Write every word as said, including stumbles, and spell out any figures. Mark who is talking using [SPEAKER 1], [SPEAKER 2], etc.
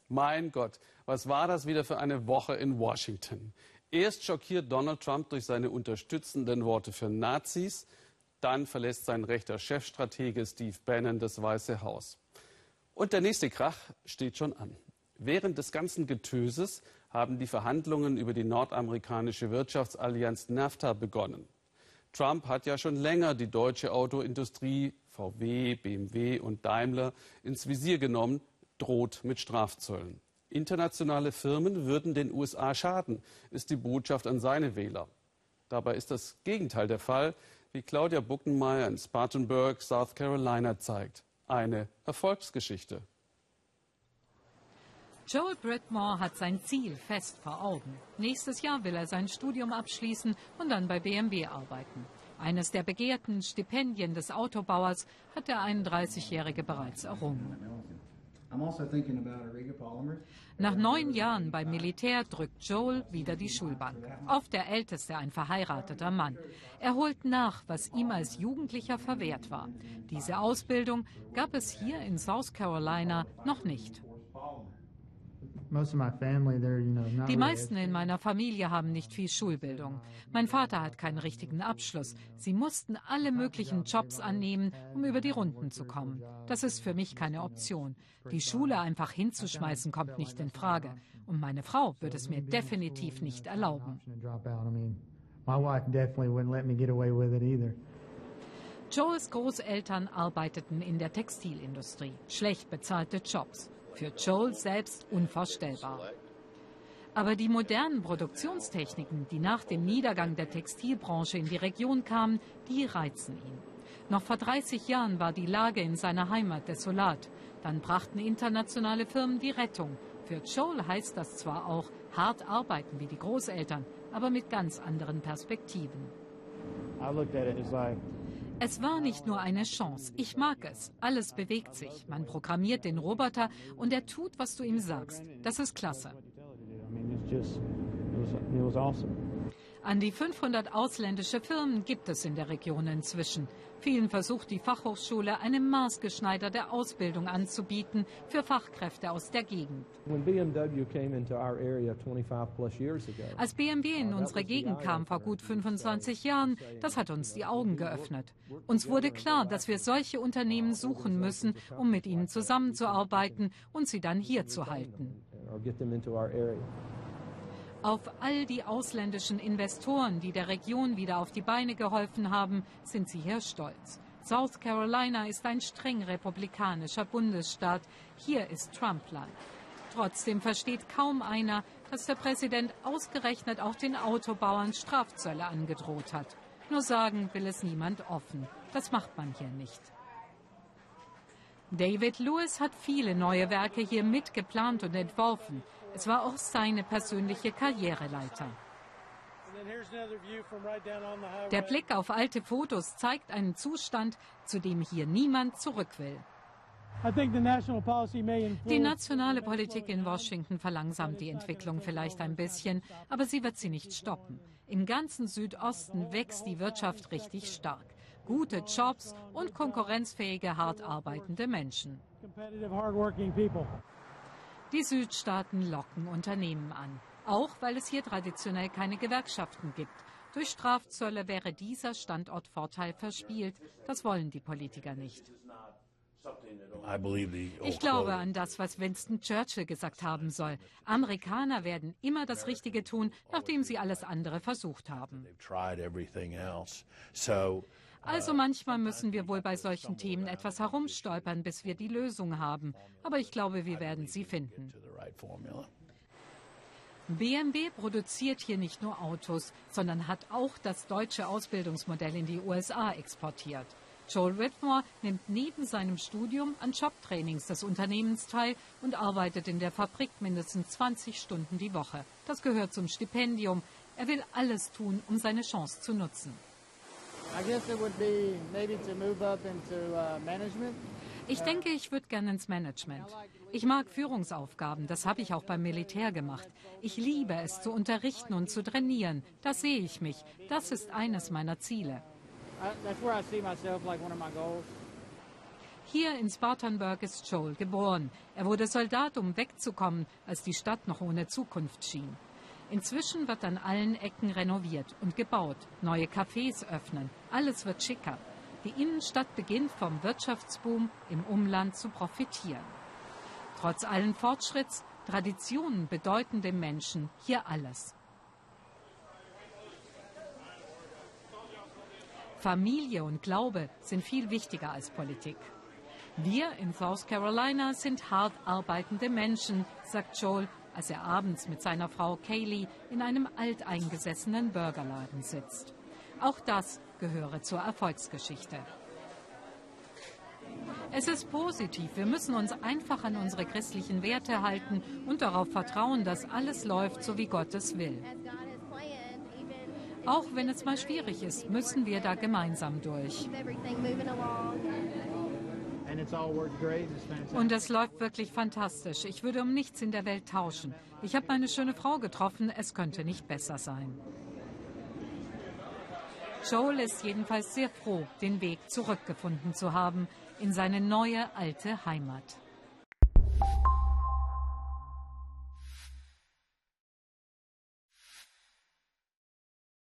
[SPEAKER 1] Mein Gott, was war das wieder für eine Woche in Washington? Erst schockiert Donald Trump durch seine unterstützenden Worte für Nazis, dann verlässt sein rechter Chefstratege Steve Bannon das Weiße Haus. Und der nächste Krach steht schon an. Während des ganzen Getöses haben die Verhandlungen über die nordamerikanische Wirtschaftsallianz NAFTA begonnen. Trump hat ja schon länger die deutsche Autoindustrie, V W, B M W und Daimler, ins Visier genommen, droht mit Strafzöllen. Internationale Firmen würden den U S A schaden, ist die Botschaft an seine Wähler. Dabei ist das Gegenteil der Fall, wie Claudia Buckenmeier in Spartanburg, South Carolina zeigt. Eine Erfolgsgeschichte.
[SPEAKER 2] Joel Bridmore hat sein Ziel fest vor Augen. Nächstes Jahr will er sein Studium abschließen und dann bei B M W arbeiten. Eines der begehrten Stipendien des Autobauers hat der einunddreißigjährige bereits errungen. Nach neun Jahren beim Militär drückt Joel wieder die Schulbank. Oft der älteste, ein verheirateter Mann. Er holt nach, was ihm als Jugendlicher verwehrt war. Diese Ausbildung gab es hier in South Carolina noch nicht. Die meisten in meiner Familie haben nicht viel Schulbildung. Mein Vater hat keinen richtigen Abschluss. Sie mussten alle möglichen Jobs annehmen, um über die Runden zu kommen. Das ist für mich keine Option. Die Schule einfach hinzuschmeißen, kommt nicht in Frage. Und meine Frau würde es mir definitiv nicht erlauben. Joels Großeltern arbeiteten in der Textilindustrie. Schlecht bezahlte Jobs. Für Joel selbst unvorstellbar. Aber die modernen Produktionstechniken, die nach dem Niedergang der Textilbranche in die Region kamen, die reizen ihn. Noch vor dreißig Jahren war die Lage in seiner Heimat desolat. Dann brachten internationale Firmen die Rettung. Für Joel heißt das zwar auch hart arbeiten wie die Großeltern, aber mit ganz anderen Perspektiven. Es war nicht nur eine Chance. Ich mag es. Alles bewegt sich. Man programmiert den Roboter und er tut, was du ihm sagst. Das ist klasse. An die fünfhundert ausländische Firmen gibt es in der Region inzwischen. Vielen versucht die Fachhochschule, eine maßgeschneiderte Ausbildung anzubieten für Fachkräfte aus der Gegend. Als B M W in unsere Gegend kam vor gut fünfundzwanzig Jahren, das hat uns die Augen geöffnet. Uns wurde klar, dass wir solche Unternehmen suchen müssen, um mit ihnen zusammenzuarbeiten und sie dann hier zu halten. Auf all die ausländischen Investoren, die der Region wieder auf die Beine geholfen haben, sind sie hier stolz. South Carolina ist ein streng republikanischer Bundesstaat. Hier ist Trumpland. Trotzdem versteht kaum einer, dass der Präsident ausgerechnet auch den Autobauern Strafzölle angedroht hat. Nur sagen will es niemand offen. Das macht man hier nicht. David Lewis hat viele neue Werke hier mitgeplant und entworfen. Es war auch seine persönliche Karriereleiter. Der Blick auf alte Fotos zeigt einen Zustand, zu dem hier niemand zurück will. Die nationale Politik in Washington verlangsamt die Entwicklung vielleicht ein bisschen, aber sie wird sie nicht stoppen. Im ganzen Südosten wächst die Wirtschaft richtig stark. Gute Jobs und konkurrenzfähige, hart arbeitende Menschen. Die Südstaaten locken Unternehmen an, auch weil es hier traditionell keine Gewerkschaften gibt. Durch Strafzölle wäre dieser Standortvorteil verspielt. Das wollen die Politiker nicht. Ich glaube an das, was Winston Churchill gesagt haben soll. Amerikaner werden immer das Richtige tun, nachdem sie alles andere versucht haben. Also manchmal müssen wir wohl bei solchen Themen etwas herumstolpern, bis wir die Lösung haben. Aber ich glaube, wir werden sie finden. B M W produziert hier nicht nur Autos, sondern hat auch das deutsche Ausbildungsmodell in die U S A exportiert. Joel Bridmore nimmt neben seinem Studium an Jobtrainings des Unternehmens teil und arbeitet in der Fabrik mindestens zwanzig Stunden die Woche. Das gehört zum Stipendium. Er will alles tun, um seine Chance zu nutzen. Ich denke, ich würde gerne ins Management. Ich mag Führungsaufgaben, das habe ich auch beim Militär gemacht. Ich liebe es, zu unterrichten und zu trainieren. Das sehe ich mich. Das ist eines meiner Ziele. Hier in Spartanburg ist Joel geboren. Er wurde Soldat, um wegzukommen, als die Stadt noch ohne Zukunft schien. Inzwischen wird an allen Ecken renoviert und gebaut. Neue Cafés öffnen. Alles wird schicker. Die Innenstadt beginnt vom Wirtschaftsboom im Umland zu profitieren. Trotz allen Fortschritts, Traditionen bedeuten dem Menschen hier alles. Familie und Glaube sind viel wichtiger als Politik. Wir in South Carolina sind hart arbeitende Menschen, sagt Joel, als er abends mit seiner Frau Kaylee in einem alteingesessenen Burgerladen sitzt. Auch das gehöre zur Erfolgsgeschichte. Es ist positiv, wir müssen uns einfach an unsere christlichen Werte halten und darauf vertrauen, dass alles läuft, so wie Gott es will. Auch wenn es mal schwierig ist, müssen wir da gemeinsam durch. Und es läuft wirklich fantastisch. Ich würde um nichts in der Welt tauschen. Ich habe meine schöne Frau getroffen, es könnte nicht besser sein. Joel ist jedenfalls sehr froh, den Weg zurückgefunden zu haben in seine neue alte Heimat.